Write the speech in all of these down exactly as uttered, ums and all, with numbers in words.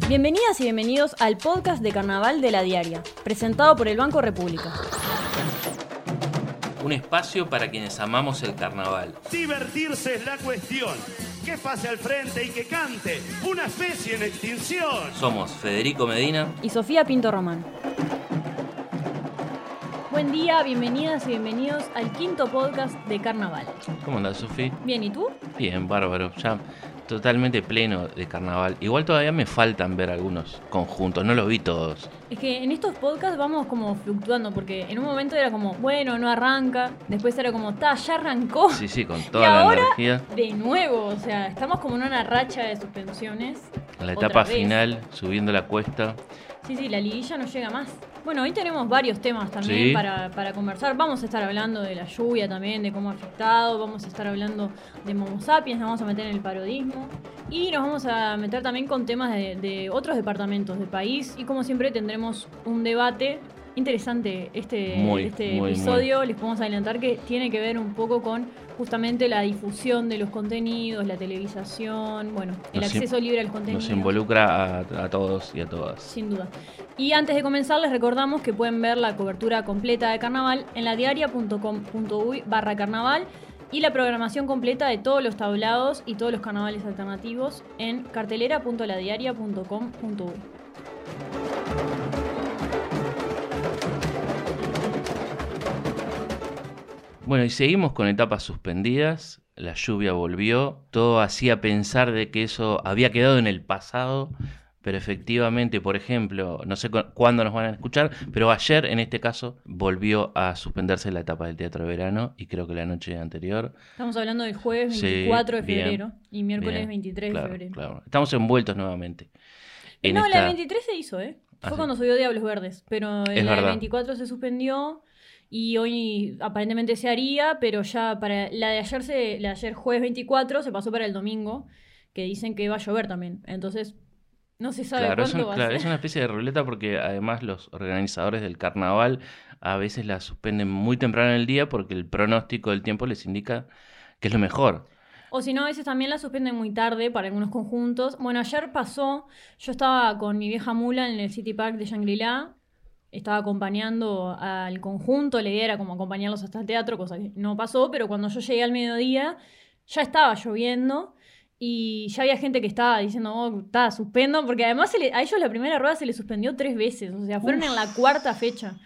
Bienvenidas y bienvenidos al podcast de Carnaval de La Diaria, presentado por el Banco República. Un espacio para quienes amamos el carnaval. Divertirse es la cuestión. Que pase al frente y que cante. Una especie en extinción. Somos Federico Medina y Sofía Pinto Román. Buen día, bienvenidas y bienvenidos al quinto podcast de Carnaval. ¿Cómo andás, Sofía? Bien, ¿y tú? Bien, bárbaro. Ya totalmente pleno de carnaval. Igual todavía me faltan ver algunos conjuntos, no los vi todos. Es que en estos podcasts vamos como fluctuando, porque en un momento era como, bueno, no arranca. Después era como, ta, ya arrancó. Sí, sí, con toda y la ahora, energía. De nuevo, o sea, estamos como en una racha de suspensiones. En la etapa otra vez. final, subiendo la cuesta. Sí, sí, la liguilla no llega más. Bueno, hoy tenemos varios temas también Sí. para, para conversar. Vamos a estar hablando de la lluvia también, de cómo ha afectado. Vamos a estar hablando de Momo Sapiens, nos vamos a meter en el parodismo. Y nos vamos a meter también con temas de, de otros departamentos del país. Y como siempre tendremos un debate interesante este, Muy, este muy, episodio. Les podemos adelantar que tiene que ver un poco con justamente la difusión de los contenidos, la televisación, bueno, el Nos acceso libre al contenido. Nos involucra a, a todos y a todas. Sin duda. Y antes de comenzar, les recordamos que pueden ver la cobertura completa de carnaval en ladiaria punto com punto uy barra carnaval y la programación completa de todos los tablados y todos los carnavales alternativos en cartelera punto ladiaria punto com punto uy. Bueno, y seguimos con etapas suspendidas. La lluvia volvió. Todo hacía pensar de que eso había quedado en el pasado. Pero efectivamente, por ejemplo, no sé cu- cuándo nos van a escuchar, pero ayer, en este caso, volvió a suspenderse la etapa del Teatro de Verano, y creo que la noche anterior. Estamos hablando del jueves Sí, veinticuatro de bien, febrero y miércoles bien, veintitrés claro, de febrero. Claro. Estamos envueltos nuevamente. En no, la esta- del veintitrés se hizo, ¿eh? Fue Ah, sí. cuando subió Diablos Verdes, pero Es la del verdad. veinticuatro se suspendió y hoy aparentemente se haría, pero ya para la de ayer, se, la de ayer jueves veinticuatro se pasó para el domingo, que dicen que va a llover también. Entonces, no se sabe Claro, es, cuándo un- va claro, a es ser. una especie de ruleta porque además los organizadores del carnaval a veces la suspenden muy temprano en el día porque el pronóstico del tiempo les indica que es lo mejor. O si no, a veces también la suspenden muy tarde para algunos conjuntos. Bueno, ayer pasó, yo estaba con mi vieja mula en el City Park de Shangri-La, estaba acompañando al conjunto, la idea era como acompañarlos hasta el teatro, cosa que no pasó, pero cuando yo llegué al mediodía ya estaba lloviendo y ya había gente que estaba diciendo, oh, está, suspendo, porque además se le- a ellos la primera rueda se les suspendió tres veces, o sea, fueron Uf. en la cuarta fecha.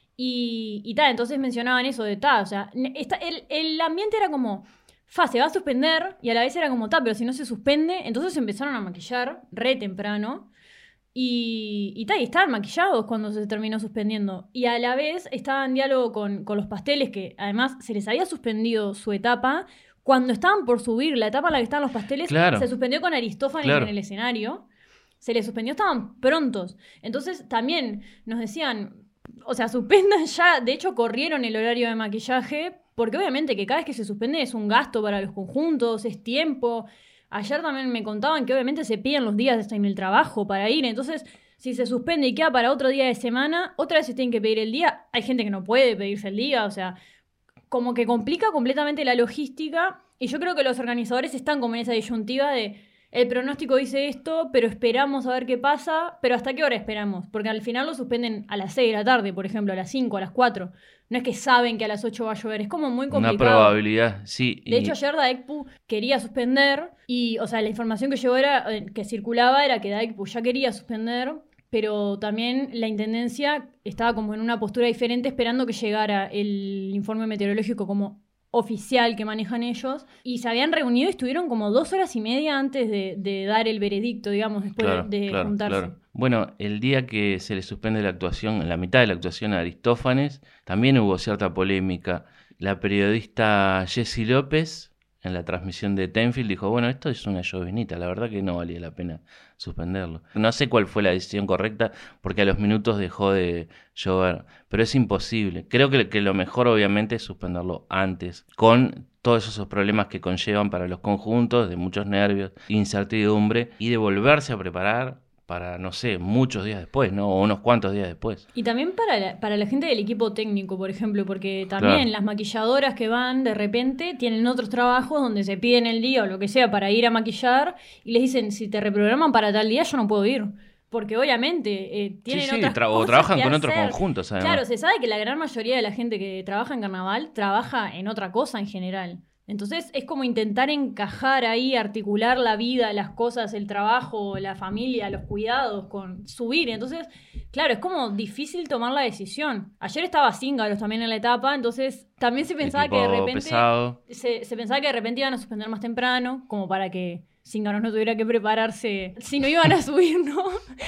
Y, y tal, entonces mencionaban eso de ta, o sea, ne- esta- el, el ambiente era como, fa, se va a suspender, y a la vez era como, ta, pero si no se suspende, entonces empezaron a maquillar re temprano, y, y, ta, y estaban maquillados cuando se terminó suspendiendo, y a la vez estaban en diálogo con, con los pasteles, que además se les había suspendido su etapa, cuando estaban por subir, la etapa en la que estaban los pasteles, Claro. se suspendió con Aristófanes Claro. en el escenario, se les suspendió, estaban prontos, entonces también nos decían, o sea, suspendan ya. De hecho, corrieron el horario de maquillaje porque obviamente que cada vez que se suspende es un gasto para los conjuntos, es tiempo. Ayer también me contaban que obviamente se piden los días en el trabajo para ir. Entonces, si se suspende y queda para otro día de semana, otra vez se tienen que pedir el día. Hay gente que no puede pedirse el día, o sea, como que complica completamente la logística. Y yo creo que los organizadores están como en esa disyuntiva de... El pronóstico dice esto, pero esperamos a ver qué pasa. Pero ¿hasta qué hora esperamos? Porque al final lo suspenden a las seis de la tarde, por ejemplo, a las cinco, a las cuatro. No es que saben que a las ocho va a llover, es como muy complicado. Una probabilidad, sí. De y- hecho, ayer Daekpu quería suspender y, o sea, la información que llegó era, eh, que circulaba era que Daekpu ya quería suspender, pero también la intendencia estaba como en una postura diferente esperando que llegara el informe meteorológico como oficial que manejan ellos, y se habían reunido y estuvieron como dos horas y media antes de, de dar el veredicto, digamos, después Claro, de claro, juntarse. claro. Bueno, el día que se le suspende la actuación, en la mitad de la actuación a Aristófanes, también hubo cierta polémica. La periodista Jessie López, en la transmisión de Tenfield, dijo, bueno, esto es una llovinita, la verdad que no valía la pena suspenderlo. No sé cuál fue la decisión correcta, porque a los minutos dejó de llover, pero es imposible. Creo que, que lo mejor obviamente es suspenderlo antes, con todos esos problemas que conllevan para los conjuntos, de muchos nervios, incertidumbre, y de volverse a preparar para, no sé, muchos días después, ¿no? O unos cuantos días después. Y también para la, para la gente del equipo técnico, por ejemplo, porque también Claro. las maquilladoras que van de repente tienen otros trabajos donde se piden el día o lo que sea para ir a maquillar y les dicen, si te reprograman para tal día, yo no puedo ir. porque obviamente eh, tienen sí, sí, otras tra- o cosas trabajan que con otros hacer. conjuntos, además. Claro, se sabe que la gran mayoría de la gente que trabaja en carnaval trabaja en otra cosa en general. Entonces es como intentar encajar ahí, articular la vida, las cosas, el trabajo, la familia, los cuidados, con subir. Entonces, claro, es como difícil tomar la decisión. Ayer estaba Cíngaros también en la etapa, entonces también se pensaba que de Equipo repente pesado. se, se pensaba que de repente iban a suspender más temprano, como para que Cíngaros no tuviera que prepararse si no iban a subir, ¿no?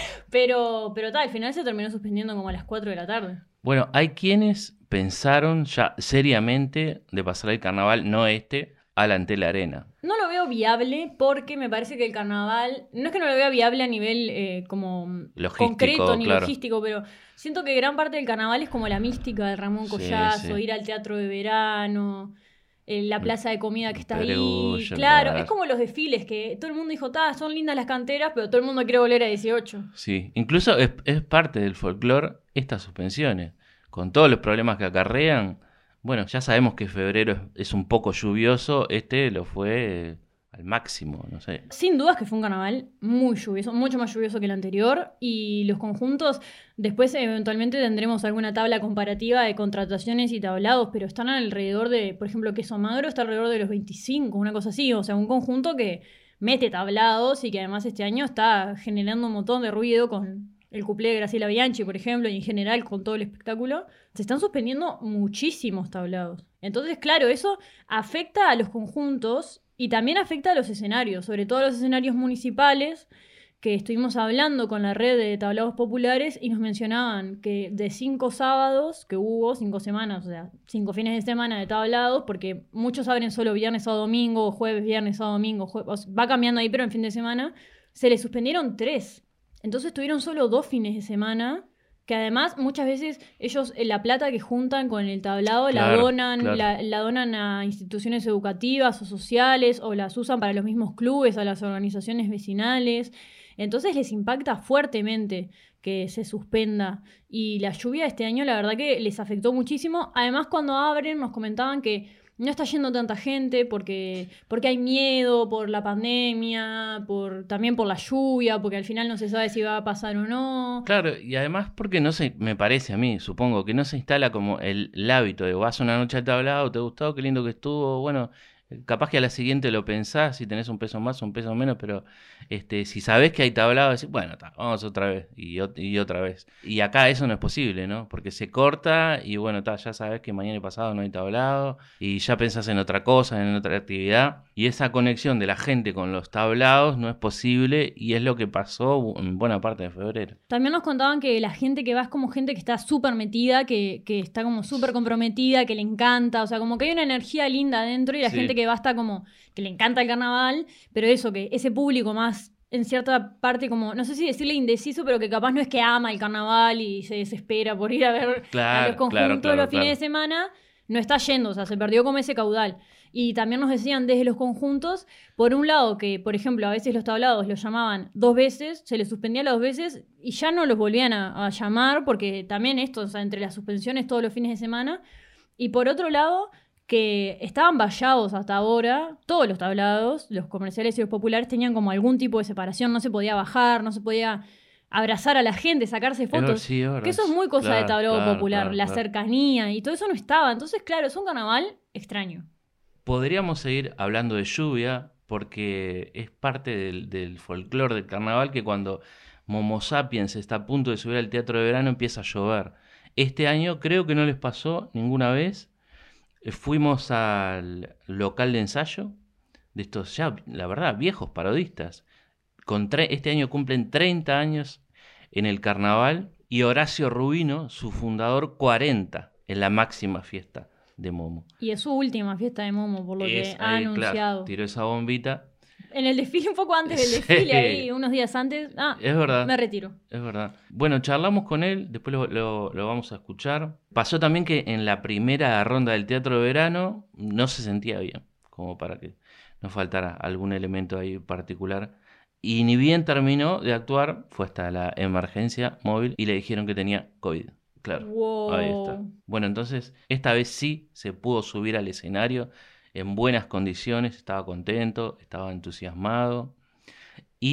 Pero, pero tal, al final se terminó suspendiendo como a las cuatro de la tarde. Bueno, hay quienes pensaron ya seriamente de pasar el carnaval, no este, a la Antel Arena. No lo veo viable porque me parece que el carnaval, no es que no lo vea viable a nivel eh, como Logístico, concreto ni claro. logístico, pero siento que gran parte del carnaval es como la mística de Ramón Sí, Collazo, sí. ir al teatro de verano, eh, la plaza de comida que está ahí. Perugio, Claro, claro. es como los desfiles que todo el mundo dijo, "Ta, son lindas las canteras", pero todo el mundo quiere volver a dieciocho. Sí, incluso es, es parte del folclore estas suspensiones, con todos los problemas que acarrean. Bueno, ya sabemos que febrero es, es un poco lluvioso, este lo fue al máximo, no sé. Sin dudas que fue un carnaval muy lluvioso, mucho más lluvioso que el anterior, y los conjuntos, después eventualmente tendremos alguna tabla comparativa de contrataciones y tablados, pero están alrededor de, por ejemplo, Queso Magro está alrededor de los veinticinco, una cosa así, o sea, un conjunto que mete tablados y que además este año está generando un montón de ruido con el cuplé de Graciela Bianchi, por ejemplo, y en general con todo el espectáculo. Se están suspendiendo muchísimos tablados. Entonces, claro, eso afecta a los conjuntos y también afecta a los escenarios, sobre todo a los escenarios municipales, que estuvimos hablando con la red de tablados populares y nos mencionaban que de cinco sábados que hubo, cinco semanas, o sea, cinco fines de semana de tablados, porque muchos abren solo viernes, sábado, domingo, o jueves, viernes, sábado, domingo, jue- o sea, va cambiando ahí, pero en fin de semana, se les suspendieron tres. Entonces tuvieron solo dos fines de semana, que además muchas veces ellos eh, la plata que juntan con el tablado la Claro, donan, claro. la, la donan a instituciones educativas o sociales, o las usan para los mismos clubes, a las organizaciones vecinales. Entonces les impacta fuertemente que se suspenda. Y la lluvia de este año, la verdad que les afectó muchísimo. Además, cuando abren, nos comentaban que no está yendo tanta gente porque, porque hay miedo por la pandemia, por, también por la lluvia, porque al final no se sabe si va a pasar o no. Claro, y además porque no se, me parece a mí, supongo, que no se instala como el, el hábito de vas una noche al tablado, te gustó, qué lindo que estuvo, bueno, capaz que a la siguiente lo pensás, si tenés un peso más o un peso menos, pero este, si sabés que hay tablado, decís, bueno, ta, vamos otra vez y, ot- y otra vez. Y acá eso no es posible, ¿no? Porque se corta y bueno, ta, ya sabés que mañana y pasado no hay tablado y ya pensás en otra cosa, en otra actividad. Y esa conexión de la gente con los tablados no es posible y es lo que pasó en buena parte de febrero. También nos contaban que la gente que va es como gente que está súper metida, que, que está como súper comprometida, que le encanta, o sea, como que hay una energía linda adentro y la Sí. gente que va está como que le encanta el carnaval, pero eso, que ese público más en cierta parte como, no sé si decirle indeciso, pero que capaz no es que ama el carnaval y se desespera por ir a ver a los Claro, conjuntos claro, claro, los fines claro. de semana, no está yendo, o sea, se perdió como ese caudal. Y también nos decían desde los conjuntos, por un lado, que por ejemplo a veces los tablados los llamaban dos veces, se les suspendía las dos veces y ya no los volvían a, a llamar, porque también esto, o sea, entre las suspensiones todos los fines de semana. Y por otro lado, que estaban vallados hasta ahora, todos los tablados, los comerciales y los populares tenían como algún tipo de separación, no se podía bajar, no se podía abrazar a la gente, sacarse Es ver- fotos. sí, es verdad. Que eso es muy cosa Claro, de tablado claro, popular, claro, la claro. cercanía y todo eso no estaba. Entonces, claro, es un carnaval extraño. Podríamos seguir hablando de lluvia porque es parte del, del folclore del carnaval que cuando Momo Sapiens está a punto de subir al teatro de verano empieza a llover. Este año creo que no les pasó ninguna vez. Eh, Fuimos al local de ensayo de estos ya, la verdad, viejos parodistas. Con tre- este año cumplen treinta años en el carnaval y Horacio Rubino, su fundador, cuarenta en la máxima fiesta de Momo. Y es su última fiesta de Momo, por lo Es que ha ahí, claro, anunciado. tiró esa bombita. En el desfile, un poco antes del Sí. desfile, ahí, unos días antes. Ah, Es verdad. me retiro. Es verdad. Bueno, charlamos con él, después lo, lo- lo vamos a escuchar. Pasó también que en la primera ronda del teatro de verano no se sentía bien, como para que no faltara algún elemento ahí particular. Y ni bien terminó de actuar, fue hasta la emergencia móvil y le dijeron que tenía COVID. Claro, Wow. ahí está. Bueno, entonces, esta vez sí se pudo subir al escenario en buenas condiciones, estaba contento, estaba entusiasmado. Y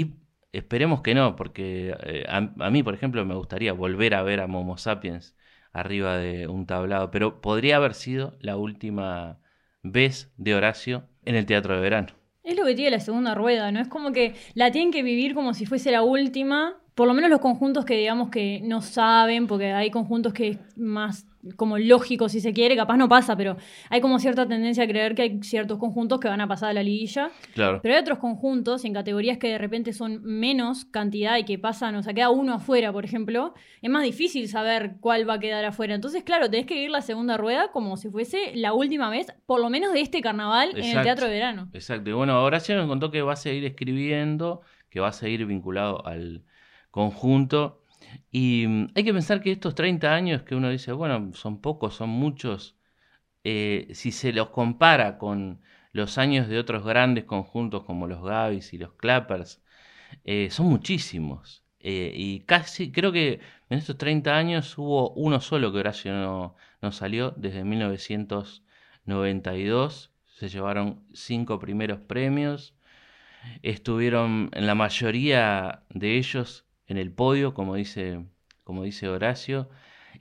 esperemos que no, porque eh, a, a mí, por ejemplo, me gustaría volver a ver a Momo Sapiens arriba de un tablado, pero podría haber sido la última vez de Horacio en el Teatro de Verano. Es lo que tiene la segunda rueda, ¿no? Es como que la tienen que vivir como si fuese la última. Por lo menos los conjuntos que digamos que no saben, porque hay conjuntos que es más como lógico si se quiere, capaz no pasa, pero hay como cierta tendencia a creer que hay ciertos conjuntos que van a pasar a la liguilla. Claro. Pero hay otros conjuntos en categorías que de repente son menos cantidad y que pasan, o sea, queda uno afuera, por ejemplo. Es más difícil saber cuál va a quedar afuera. Entonces, claro, tenés que vivir la segunda rueda como si fuese la última vez, por lo menos de este carnaval. Exacto. En el Teatro de Verano. Exacto. Y bueno, Horacio nos contó que va a seguir escribiendo, que va a seguir vinculado al conjunto. Y um, hay que pensar que estos treinta años que uno dice, bueno, son pocos, son muchos, eh, si se los compara con los años de otros grandes conjuntos como los Gavis y los Clappers, eh, son muchísimos. Eh, y casi, creo que en estos treinta años hubo uno solo que Horacio no, no salió, desde mil novecientos noventa y dos, se llevaron cinco primeros premios, estuvieron en la mayoría de ellos en el podio, como dice, como dice Horacio,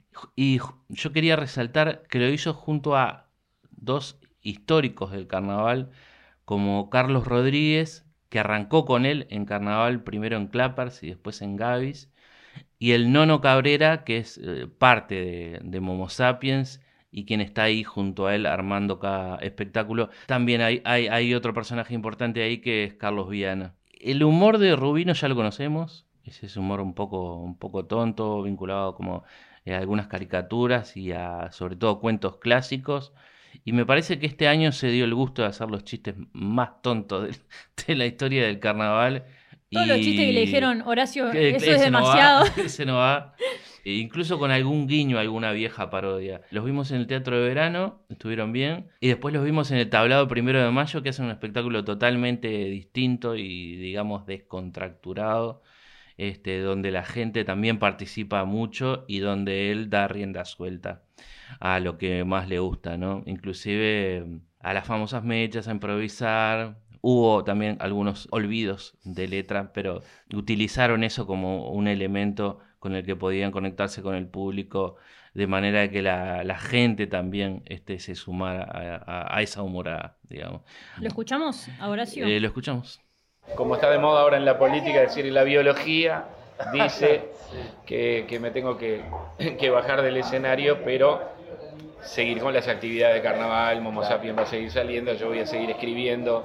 y yo quería resaltar que lo hizo junto a dos históricos del carnaval, como Carlos Rodríguez, que arrancó con él en carnaval, primero en Clappers y después en Gavis, y el Nono Cabrera, que es eh, parte de, de Momo Sapiens, y quien está ahí junto a él armando cada espectáculo. También hay, hay, hay otro personaje importante ahí que es Carlos Viana. El humor de Rubino ya lo conocemos, ese es humor un poco, un poco tonto, vinculado como a algunas caricaturas y a sobre todo cuentos clásicos. Y me parece que este año se dio el gusto de hacer los chistes más tontos de, de la historia del carnaval. Todos y... los chistes que le dijeron, Horacio, que, eso que es demasiado. No va, ese no va. E incluso con algún guiño, alguna vieja parodia. Los vimos en el Teatro de Verano, estuvieron bien. Y después los vimos en el Tablado Primero de Mayo, que hacen un espectáculo totalmente distinto y, digamos, descontracturado. Este, donde la gente también participa mucho y donde él da rienda suelta a lo que más le gusta, ¿no? Inclusive a las famosas mechas, a improvisar. Hubo también algunos olvidos de letra, pero utilizaron eso como un elemento con el que podían conectarse con el público, de manera que la, la gente también este, se sumara a, a, a esa humorada, digamos. ¿Lo escuchamos a Horacio? Eh, lo escuchamos. Como está de moda ahora en la política, es decir, la biología dice que, que me tengo que, que bajar del escenario, pero seguir con las actividades de carnaval. Momo Sapiens va a seguir saliendo, yo voy a seguir escribiendo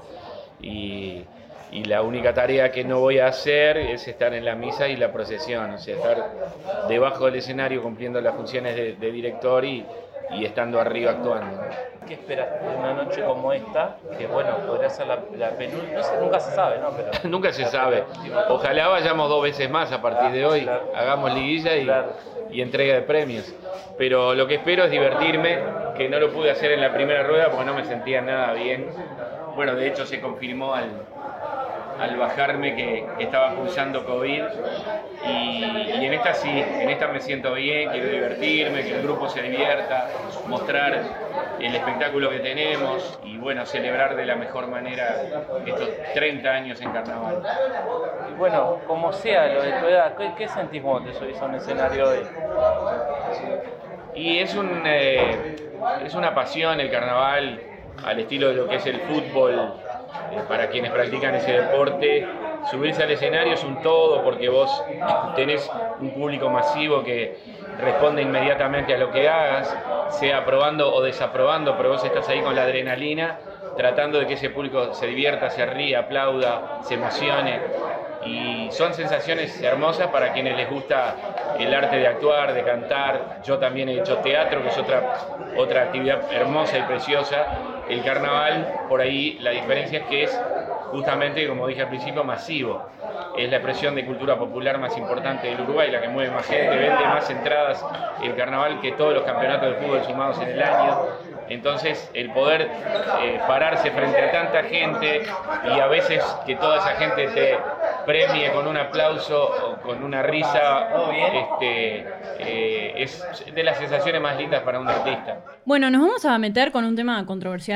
y, y la única tarea que no voy a hacer es estar en la misa y la procesión, o sea, estar debajo del escenario cumpliendo las funciones de, de director y, y estando arriba actuando. ¿Qué esperas de una noche como esta? Que bueno, podría ser la, la penúltima, no sé, nunca se sabe, ¿no? Pero nunca se sabe. Ojalá vayamos dos veces más a partir de hoy, claro. Hagamos liguilla y, claro. y entrega de premios. Pero lo que espero es divertirme, que no lo pude hacer en la primera rueda porque no me sentía nada bien. Bueno, de hecho se confirmó al, al bajarme que, que estaba pulsando COVID y, y en esta sí, en esta me siento bien, quiero divertirme, que el grupo se divierta, mostrar el espectáculo que tenemos y bueno, celebrar de la mejor manera estos treinta años en carnaval. Y bueno, como sea lo de tu edad, ¿qué, qué sentís cuando te subís a un escenario hoy? Y es, un, eh, es una pasión el carnaval, al estilo de lo que es el fútbol, eh, para quienes practican ese deporte. Subirse al escenario es un todo porque vos tenés un público masivo que responde inmediatamente a lo que hagas, sea aprobando o desaprobando, pero vos estás ahí con la adrenalina, tratando de que ese público se divierta, se ríe, aplauda, se emocione. Y son sensaciones hermosas para quienes les gusta el arte de actuar, de cantar. Yo también he hecho teatro, que es otra, otra actividad hermosa y preciosa. El carnaval, por ahí la diferencia es que es justamente, como dije al principio, masivo. Es la expresión de cultura popular más importante del Uruguay, la que mueve más gente, vende más entradas el carnaval que todos los campeonatos de fútbol sumados en el año. Entonces, el poder eh, pararse frente a tanta gente y a veces que toda esa gente te premie con un aplauso o con una risa, este, eh, es de las sensaciones más lindas para un artista. Bueno, nos vamos a meter con un tema controversial,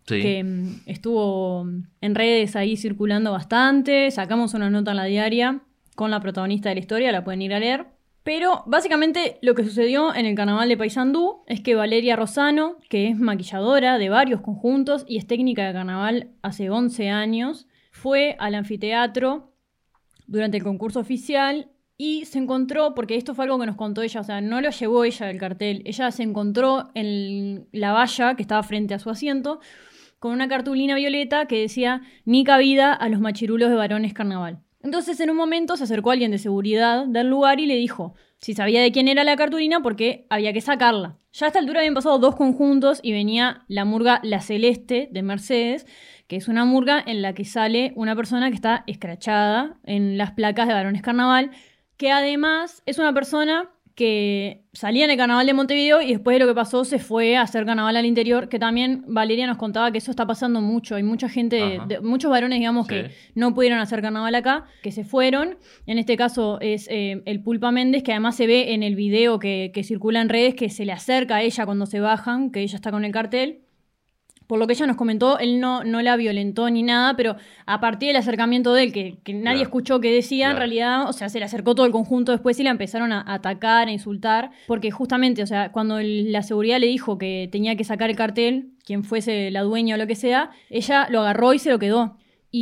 Sí. que mm, estuvo en redes ahí circulando bastante. Sacamos una nota en la diaria con la protagonista de la historia, la pueden ir a leer. Pero básicamente lo que sucedió en el carnaval de Paysandú es que Valeria Rosano, que es maquilladora de varios conjuntos y es técnica de carnaval hace once años, fue al anfiteatro durante el concurso oficial y se encontró, porque esto fue algo que nos contó ella, o sea, no lo llevó ella el cartel, ella se encontró en la valla que estaba frente a su asiento con una cartulina violeta que decía "Ni cabida a los machirulos de varones carnaval". Entonces en un momento se acercó alguien de seguridad del lugar y le dijo si sabía de quién era la cartulina porque había que sacarla. Ya a esta altura habían pasado dos conjuntos y venía la murga La Celeste de Mercedes, que es una murga en la que sale una persona que está escrachada en las placas de varones carnaval, que además es una persona que salía en el carnaval de Montevideo y después de lo que pasó se fue a hacer carnaval al interior, que también Valeria nos contaba que eso está pasando mucho. Hay mucha gente, de, muchos varones, digamos, sí, que no pudieron hacer carnaval acá, que se fueron. En este caso es eh, el Pulpa Méndez, que además se ve en el video que, que circula en redes, que se le acerca a ella cuando se bajan, que ella está con el cartel. Por lo que ella nos comentó, él no, no la violentó ni nada, pero a partir del acercamiento de él, que, que nadie claro. escuchó qué decía, claro. en realidad, o sea, se le acercó todo el conjunto después y la empezaron a atacar, a insultar, porque justamente, o sea, cuando el, la seguridad le dijo que tenía que sacar el cartel, quien fuese la dueña o lo que sea, ella lo agarró y se lo quedó.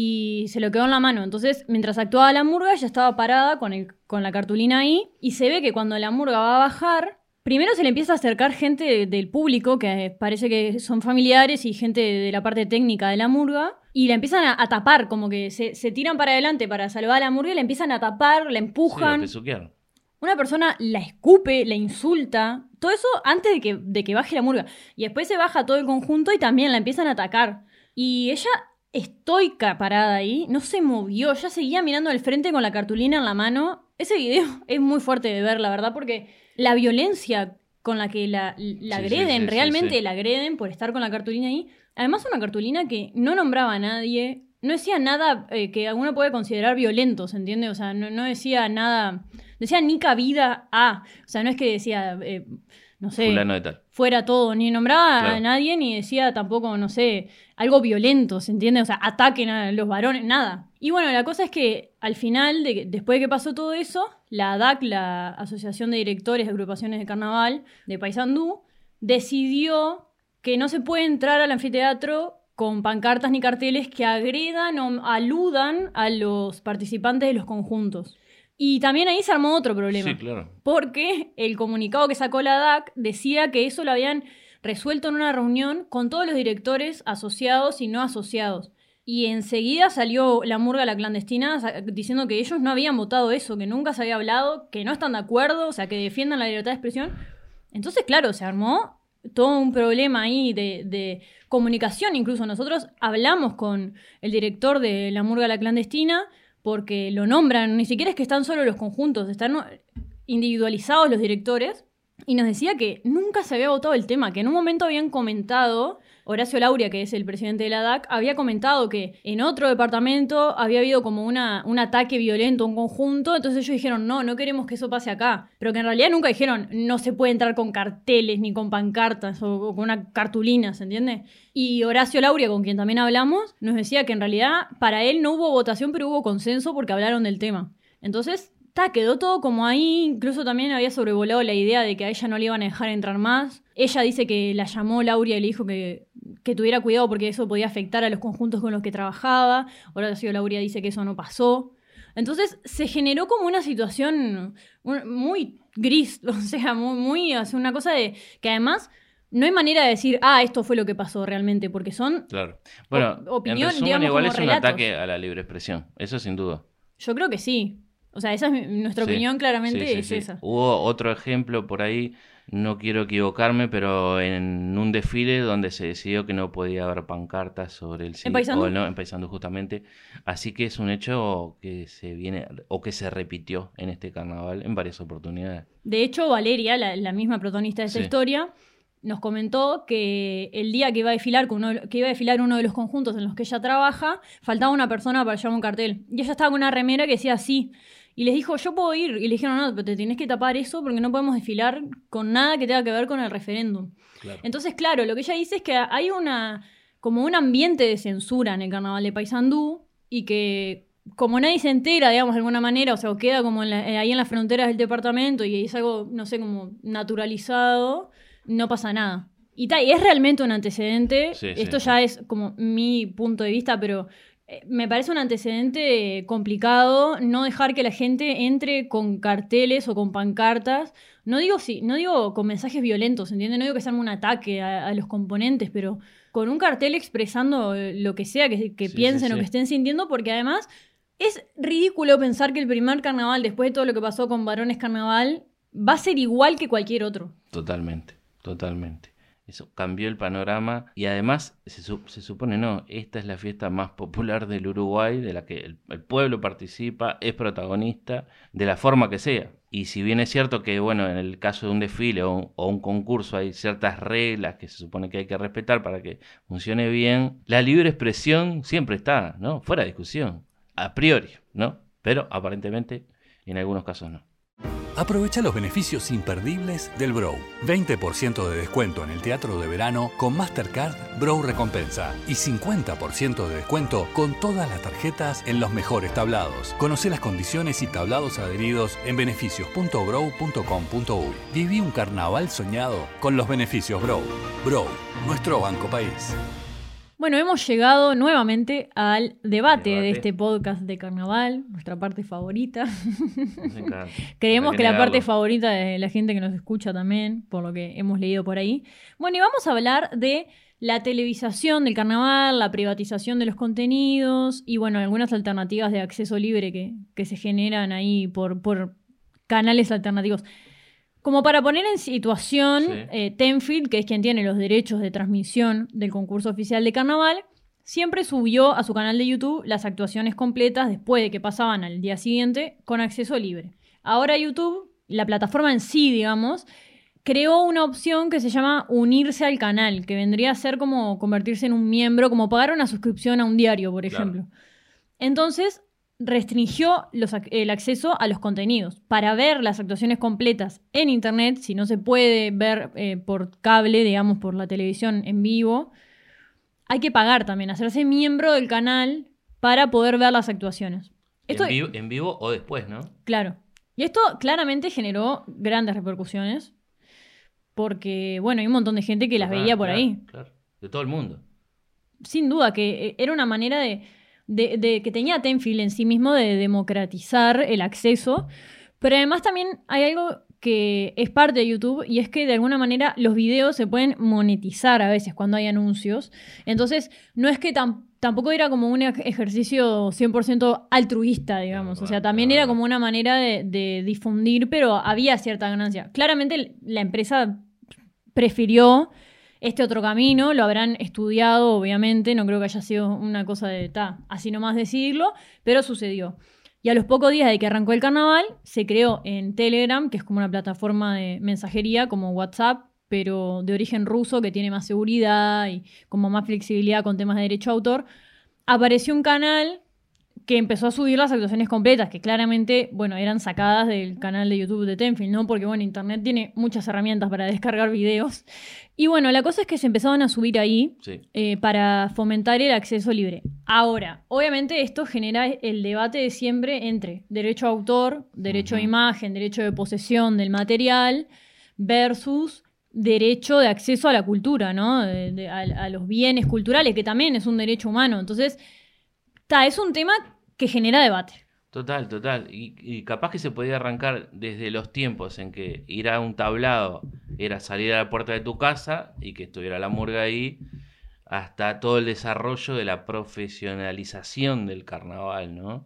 Y se lo quedó en la mano. Entonces, mientras actuaba la murga, ella estaba parada con, el, con la cartulina ahí, y se ve que cuando la murga va a bajar, primero se le empieza a acercar gente de, del público, que parece que son familiares y gente de, de la parte técnica de la murga, y la empiezan a, a tapar, como que se, se tiran para adelante para salvar a la murga y la empiezan a tapar, la empujan. Sí, la Una persona la escupe, la insulta, todo eso antes de que, de que baje la murga. Y después se baja todo el conjunto y también la empiezan a atacar. Y ella, estoica parada ahí, no se movió, ya seguía mirando al frente con la cartulina en la mano. Ese video es muy fuerte de ver, la verdad, porque la violencia con la que la, la sí, agreden, sí, sí, realmente sí, sí. la agreden por estar con la cartulina ahí. Además, una cartulina que no nombraba a nadie, no decía nada eh, que alguno puede considerar violento, ¿se entiende? O sea, no, no decía nada, decía ni cabida a, o sea, no es que decía, eh, no sé, fulano de tal. Fuera todo, ni nombraba claro. a nadie, ni decía tampoco, no sé, algo violento, ¿se entiende? O sea, ataquen a los varones, nada. Y bueno, la cosa es que al final, de, después de que pasó todo eso, la A D A C, la Asociación de Directores de Agrupaciones de Carnaval de Paysandú, decidió que no se puede entrar al anfiteatro con pancartas ni carteles que agredan o aludan a los participantes de los conjuntos. Y también ahí se armó otro problema. Sí, claro. Porque el comunicado que sacó la A D A C decía que eso lo habían resuelto en una reunión con todos los directores asociados y no asociados. Y enseguida salió la murga La Clandestina diciendo que ellos no habían votado eso, que nunca se había hablado, que no están de acuerdo, o sea, que defiendan la libertad de expresión. Entonces, claro, se armó todo un problema ahí de, de comunicación. Incluso nosotros hablamos con el director de la murga La Clandestina porque lo nombran, ni siquiera es que están solo los conjuntos, están individualizados los directores, y nos decía que nunca se había votado el tema, que en un momento habían comentado, Horacio Lauria, que es el presidente de la A D A C, había comentado que en otro departamento había habido como una, un ataque violento a un conjunto, entonces ellos dijeron, no, no queremos que eso pase acá, pero que en realidad nunca dijeron, no se puede entrar con carteles, ni con pancartas, o, o con una cartulina, ¿se entiende? Y Horacio Lauria, con quien también hablamos, nos decía que en realidad para él no hubo votación, pero hubo consenso porque hablaron del tema. Entonces, ta, quedó todo como ahí. Incluso también había sobrevolado la idea de que a ella no le iban a dejar entrar más. Ella dice que la llamó Lauria y le dijo que, que tuviera cuidado porque eso podía afectar a los conjuntos con los que trabajaba. Horacio Lauria dice que eso no pasó. Entonces se generó como una situación muy gris, o sea, muy, muy o sea, una cosa de que además no hay manera de decir, ah, esto fue lo que pasó realmente, porque son claro. Bueno, op- opinión, en resumen, digamos, igual como es relatos. un ataque a la libre expresión, eso sin duda. Yo creo que sí. O sea, esa es mi, nuestra Sí, opinión, claramente sí, sí, es sí. esa. Hubo otro ejemplo por ahí, no quiero equivocarme, pero en un desfile donde se decidió que no podía haber pancartas sobre el sí ¿En Paysandú? o no, en Paysandú justamente. Así que es un hecho que se viene o que se repitió en este carnaval en varias oportunidades. De hecho, Valeria, la, la misma protagonista de esta Sí. historia, nos comentó que el día que iba a desfilar con uno, que iba a desfilar uno de los conjuntos en los que ella trabaja, faltaba una persona para llevar un cartel. Y ella estaba con una remera que decía sí. Y les dijo, yo puedo ir. Y le dijeron, no, pero te tienes que tapar eso porque no podemos desfilar con nada que tenga que ver con el referéndum. Claro. Entonces, claro, lo que ella dice es que hay una como un ambiente de censura en el carnaval de Paysandú y que como nadie se entera, digamos, de alguna manera, o sea, o queda como en la, ahí en las fronteras del departamento y es algo, no sé, como naturalizado, no pasa nada. Y, ta, y es realmente un antecedente, Sí, esto sí, ya sí. es como mi punto de vista, pero eh, me parece un antecedente complicado no dejar que la gente entre con carteles o con pancartas. No digo, sí, no digo con mensajes violentos, ¿entiendes? No digo que sea un ataque a, a los componentes, pero con un cartel expresando eh, lo que sea que, que Sí, piensen sí, o que sí. estén sintiendo, porque además es ridículo pensar que el primer carnaval, después de todo lo que pasó con Varones Carnaval, va a ser igual que cualquier otro. Totalmente, totalmente. Eso cambió el panorama y además se, su- se supone, no, esta es la fiesta más popular del Uruguay, de la que el, el pueblo participa, es protagonista, de la forma que sea. Y si bien es cierto que, bueno, en el caso de un desfile o un, o un concurso hay ciertas reglas que se supone que hay que respetar para que funcione bien, la libre expresión siempre está, ¿no? Fuera de discusión, a priori, ¿no? Pero aparentemente en algunos casos no. Aprovecha los beneficios imperdibles del Brow. veinte por ciento de descuento en el teatro de verano con Mastercard Brow Recompensa y cincuenta por ciento de descuento con todas las tarjetas en los mejores tablados. Conoce las condiciones y tablados adheridos en beneficios punto brow punto com punto uy. Viví un carnaval soñado con los beneficios Brow. Brow, nuestro banco país. Bueno, hemos llegado nuevamente al debate, Debate. de este podcast de carnaval, nuestra parte favorita. Nos encanta. Creemos ¿Para que qué la parte negarlo? favorita de la gente que nos escucha también, por lo que hemos leído por ahí. Bueno, y vamos a hablar de la televisación del carnaval, la privatización de los contenidos y, bueno, algunas alternativas de acceso libre que, que se generan ahí por, por canales alternativos. Como para poner en situación, Sí. eh, Tenfield, que es quien tiene los derechos de transmisión del concurso oficial de carnaval, siempre subió a su canal de YouTube las actuaciones completas después de que pasaban al día siguiente con acceso libre. Ahora YouTube, la plataforma en sí, digamos, creó una opción que se llama unirse al canal, que vendría a ser como convertirse en un miembro, como pagar una suscripción a un diario, por Claro. ejemplo. Entonces, restringió los ac- el acceso a los contenidos. Para ver las actuaciones completas en internet, si no se puede ver eh, por cable, digamos, por la televisión en vivo, hay que pagar también, hacerse miembro del canal para poder ver las actuaciones. Esto, En, vivo, en vivo o después, ¿no? claro. Y esto claramente generó grandes repercusiones, porque, bueno, hay un montón de gente que las Total, veía por claro, ahí. claro. De todo el mundo. Sin duda que eh, era una manera de, de- de que tenía Tenfield en sí mismo de democratizar el acceso, pero además también hay algo que es parte de YouTube y es que de alguna manera los videos se pueden monetizar a veces cuando hay anuncios. Entonces no es que tam- tampoco era como un ej- ejercicio cien por ciento altruista, digamos. verdad, O sea, también es era verdad. como una manera de, de difundir, pero había cierta ganancia. Claramente la empresa prefirió este otro camino, lo habrán estudiado, obviamente, no creo que haya sido una cosa de, ta, así nomás decirlo, pero sucedió. Y a los pocos días de que arrancó el carnaval, se creó en Telegram, que es como una plataforma de mensajería, como WhatsApp, pero de origen ruso, que tiene más seguridad y como más flexibilidad con temas de derecho a autor. Apareció un canal que empezó a subir las actuaciones completas, que claramente, bueno, eran sacadas del canal de YouTube de Tenfield, ¿no? Porque, bueno, Internet tiene muchas herramientas para descargar videos. Y, bueno, la cosa es que se empezaban a subir ahí Sí. eh, para fomentar el acceso libre. Ahora, obviamente esto genera el debate de siempre entre derecho a autor, derecho Ujú. a imagen, derecho de posesión del material, versus derecho de acceso a la cultura, ¿no? De- de- a, a los bienes culturales, que también es un derecho humano. Entonces, ta, es un tema que genera debate. Total, total. Y, y capaz que se podía arrancar desde los tiempos en que ir a un tablado era salir a la puerta de tu casa y que estuviera la murga ahí, hasta todo el desarrollo de la profesionalización del carnaval, ¿no?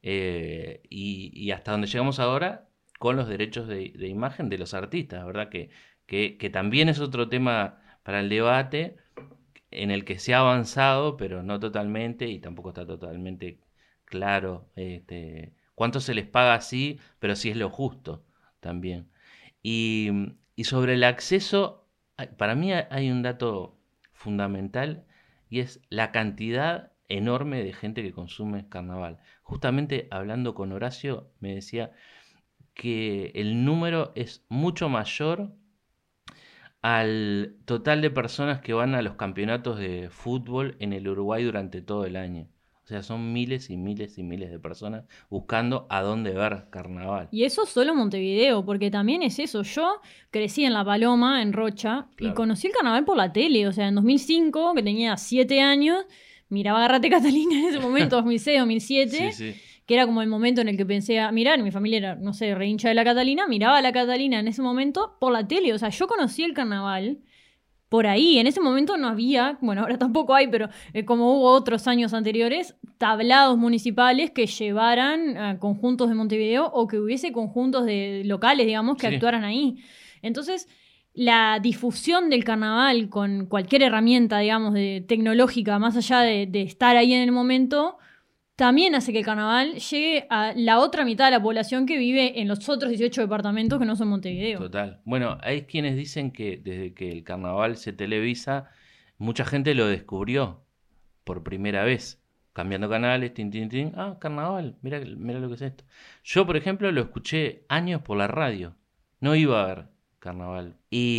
Eh, y, y hasta donde llegamos ahora con los derechos de, de imagen de los artistas, ¿verdad? Que, que, que también es otro tema para el debate en el que se ha avanzado, pero no totalmente y tampoco está totalmente claro este, cuánto se les paga así, pero sí es lo justo también. Y, y sobre el acceso, hay- para mí hay- hay un dato fundamental y es la cantidad enorme de gente que consume carnaval. Justamente hablando con Horacio, me decía que el número es mucho mayor al total de personas que van a los campeonatos de fútbol en el Uruguay durante todo el año. O sea, son miles y miles y miles de personas buscando a dónde ver carnaval. Y eso solo Montevideo, porque también es eso. Yo crecí en La Paloma, en Rocha, Claro. y conocí el carnaval por la tele. O sea, en dos mil cinco, que tenía siete años, miraba Agarrate Catalina en ese momento, dos mil seis, dos mil siete. Sí, sí. Que era como el momento en el que pensé a mirar, mi familia era, no sé, re hincha de la Catalina, miraba a la Catalina en ese momento por la tele, o sea, yo conocí el carnaval por ahí, en ese momento no había, bueno, ahora tampoco hay, pero eh, como hubo otros años anteriores, tablados municipales que llevaran a conjuntos de Montevideo o que hubiese conjuntos de locales, digamos, que Sí. actuaran ahí. Entonces, la difusión del carnaval con cualquier herramienta, digamos, de, tecnológica, más allá de, de estar ahí en el momento, también hace que el carnaval llegue a la otra mitad de la población que vive en los otros dieciocho departamentos que no son Montevideo. Total. Bueno, hay quienes dicen que desde que el carnaval se televisa, mucha gente lo descubrió por primera vez, cambiando canales, tin, tin, tin. Ah, carnaval, mira, mira lo que es esto. Yo, por ejemplo, lo escuché años por la radio. No iba a ver carnaval.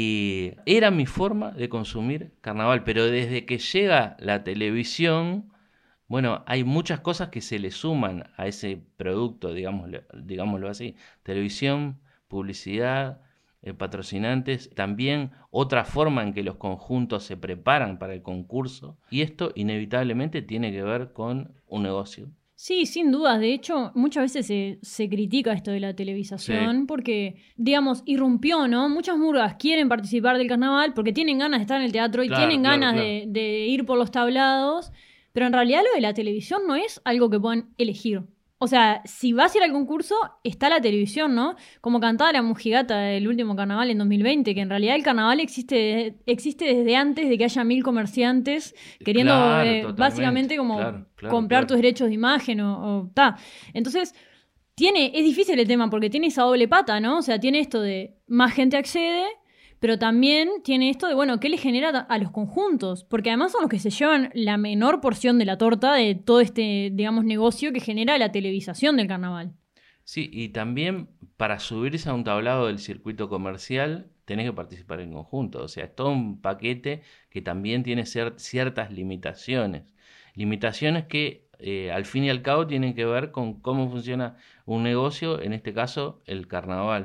Y era mi forma de consumir carnaval, pero desde que llega la televisión, bueno, hay muchas cosas que se le suman a ese producto, digámoslo, digámoslo así. Televisión, publicidad, eh, patrocinantes, también otra forma en que los conjuntos se preparan para el concurso. Y esto inevitablemente tiene que ver con un negocio. Sí, sin dudas. De hecho, muchas veces se, se critica esto de la televisación Sí. porque, digamos, irrumpió, ¿no? Muchas murgas quieren participar del carnaval porque tienen ganas de estar en el teatro y Claro, tienen claro, ganas claro. De, de ir por los tablados, pero en realidad lo de la televisión no es algo que puedan elegir. O sea, si vas a ir al concurso, está la televisión, ¿no? Como cantaba la Mujigata del último carnaval en dos mil veinte, que en realidad el carnaval existe, existe desde antes de que haya mil comerciantes queriendo Claro, eh, totalmente. básicamente como Claro, claro, comprar claro. tus derechos de imagen o, o ta. Entonces, tiene, es difícil el tema porque tiene esa doble pata, ¿no? O sea, tiene esto de más gente accede, pero también tiene esto de, bueno, ¿qué le genera a los conjuntos? Porque además son los que se llevan la menor porción de la torta de todo este, digamos, negocio que genera la televisación del carnaval. Sí, y también para subirse a un tablado del circuito comercial tenés que participar en conjunto. O sea, es todo un paquete que también tiene cier- ciertas limitaciones. Limitaciones que eh, al fin y al cabo tienen que ver con cómo funciona un negocio, en este caso el carnaval.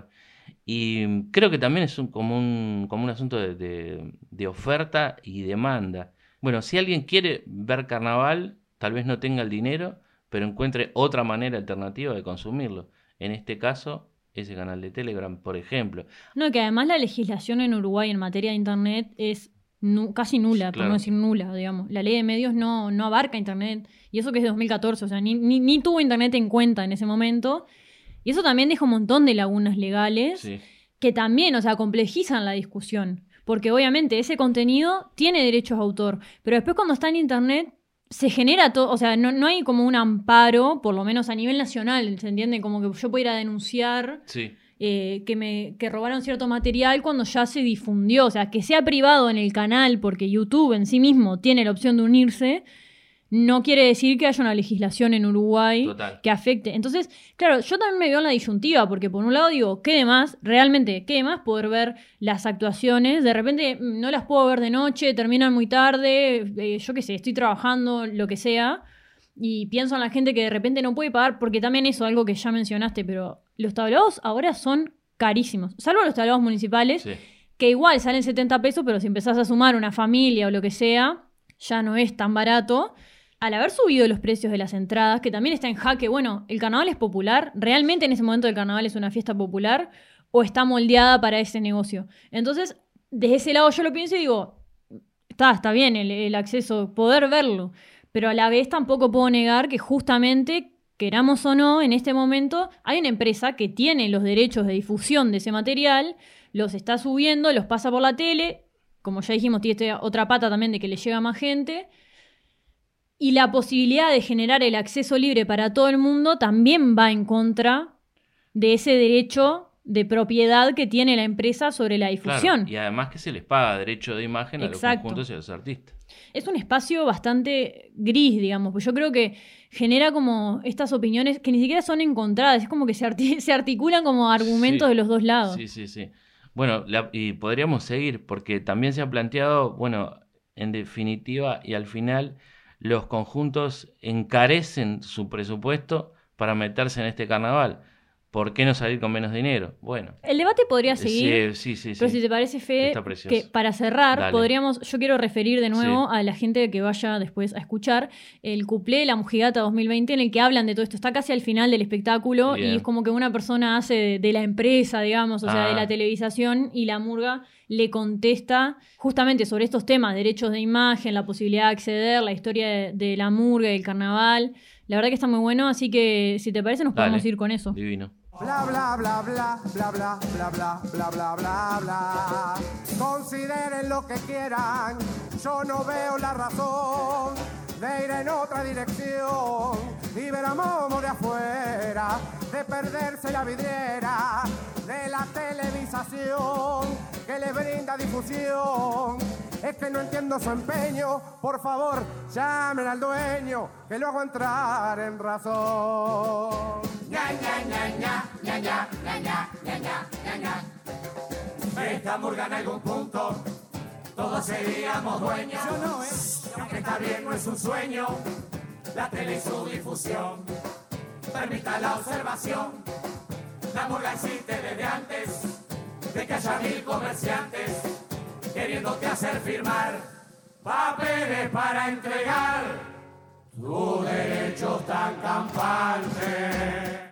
Y creo que también es un, como, un, como un asunto de, de, de oferta y demanda. Bueno, si alguien quiere ver carnaval, tal vez no tenga el dinero, pero encuentre otra manera alternativa de consumirlo. En este caso, ese canal de Telegram, por ejemplo. No, que además la legislación en Uruguay en materia de Internet es nu- casi nula, Claro. por no decir nula, digamos. La ley de medios no, no abarca Internet, y eso que es de dos mil catorce, o sea, ni, ni, ni tuvo Internet en cuenta en ese momento. Y eso también deja un montón de lagunas legales Sí, que también, o sea, complejizan la discusión. Porque obviamente ese contenido tiene derechos de autor, pero después cuando está en Internet se genera todo, o sea, no, no hay como un amparo, por lo menos a nivel nacional, ¿se entiende? Como que yo puedo ir a denunciar sí. eh, que me que robaron cierto material cuando ya se difundió. O sea, que sea privado en el canal porque YouTube en sí mismo tiene la opción de unirse, no quiere decir que haya una legislación en Uruguay Total. que afecte. Entonces, claro, yo también me veo en la disyuntiva, porque por un lado digo, ¿qué de más? Realmente, ¿qué de más poder ver las actuaciones? De repente mm, no las puedo ver de noche, terminan muy tarde, eh, yo qué sé, estoy trabajando, lo que sea, y pienso en la gente que de repente no puede pagar, porque también eso, algo que ya mencionaste, pero los tablados ahora son carísimos, salvo los tablados municipales, Sí. que igual salen setenta pesos, pero si empezás a sumar una familia o lo que sea, ya no es tan barato. Al haber subido los precios de las entradas, que también está en jaque, bueno, ¿el carnaval es popular? ¿Realmente en ese momento el carnaval es una fiesta popular? ¿O está moldeada para ese negocio? Entonces, desde ese lado yo lo pienso y digo, está, está bien el, el acceso, poder verlo, pero a la vez tampoco puedo negar que justamente, queramos o no, en este momento hay una empresa que tiene los derechos de difusión de ese material, los está subiendo, los pasa por la tele, como ya dijimos, tiene esta otra pata también de que le llega más gente. Y la posibilidad de generar el acceso libre para todo el mundo también va en contra de ese derecho de propiedad que tiene la empresa sobre la difusión. Claro, y además que se les paga derecho de imagen a Exacto. los conjuntos y a los artistas. Es un espacio bastante gris, digamos, pues yo creo que genera como estas opiniones que ni siquiera son encontradas, es como que se, arti- se articulan como argumentos Sí. de los dos lados. Sí, sí, sí. Bueno, la- y podríamos seguir, porque también se ha planteado, bueno, en definitiva y al final, los conjuntos encarecen su presupuesto para meterse en este carnaval. ¿Por qué no salir con menos dinero? Bueno, El debate podría seguir. sí, sí, sí. Pero sí. si te parece, Fede, Está precioso. que para cerrar, Dale. podríamos, yo quiero referir de nuevo Sí. a la gente que vaya después a escuchar el cuplé de La Mujigata dos mil veinte en el que hablan de todo esto. Está casi al final del espectáculo Bien. y es como que una persona hace de, de la empresa, digamos, o sea, Ah. de la televisación, y la murga le contesta justamente sobre estos temas, derechos de imagen, la posibilidad de acceder, la historia de, de la murga y del carnaval. La verdad que está muy bueno, así que si te parece nos Dale. podemos ir con eso. Divino. Bla bla bla bla bla bla bla bla bla bla bla bla. Consideren lo que quieran, yo no veo la razón de ir en otra dirección y ver a Momo de afuera, de perderse la vidriera de la televisación que le brinda difusión. Es que no entiendo su empeño, por favor, llamen al dueño, que lo hago entrar en razón. Ña, ña, ña, ña, ña, ña, ña, ña, ña, ña, ña. Esta murga en algún punto, todos seríamos dueños. Yo no, ¿eh? Y aunque está bien, no es un sueño, la tele y su difusión. Permita la observación, la murga existe desde antes de que haya mil comerciantes queriéndote hacer firmar papeles para entregar tus derechos tan campantes.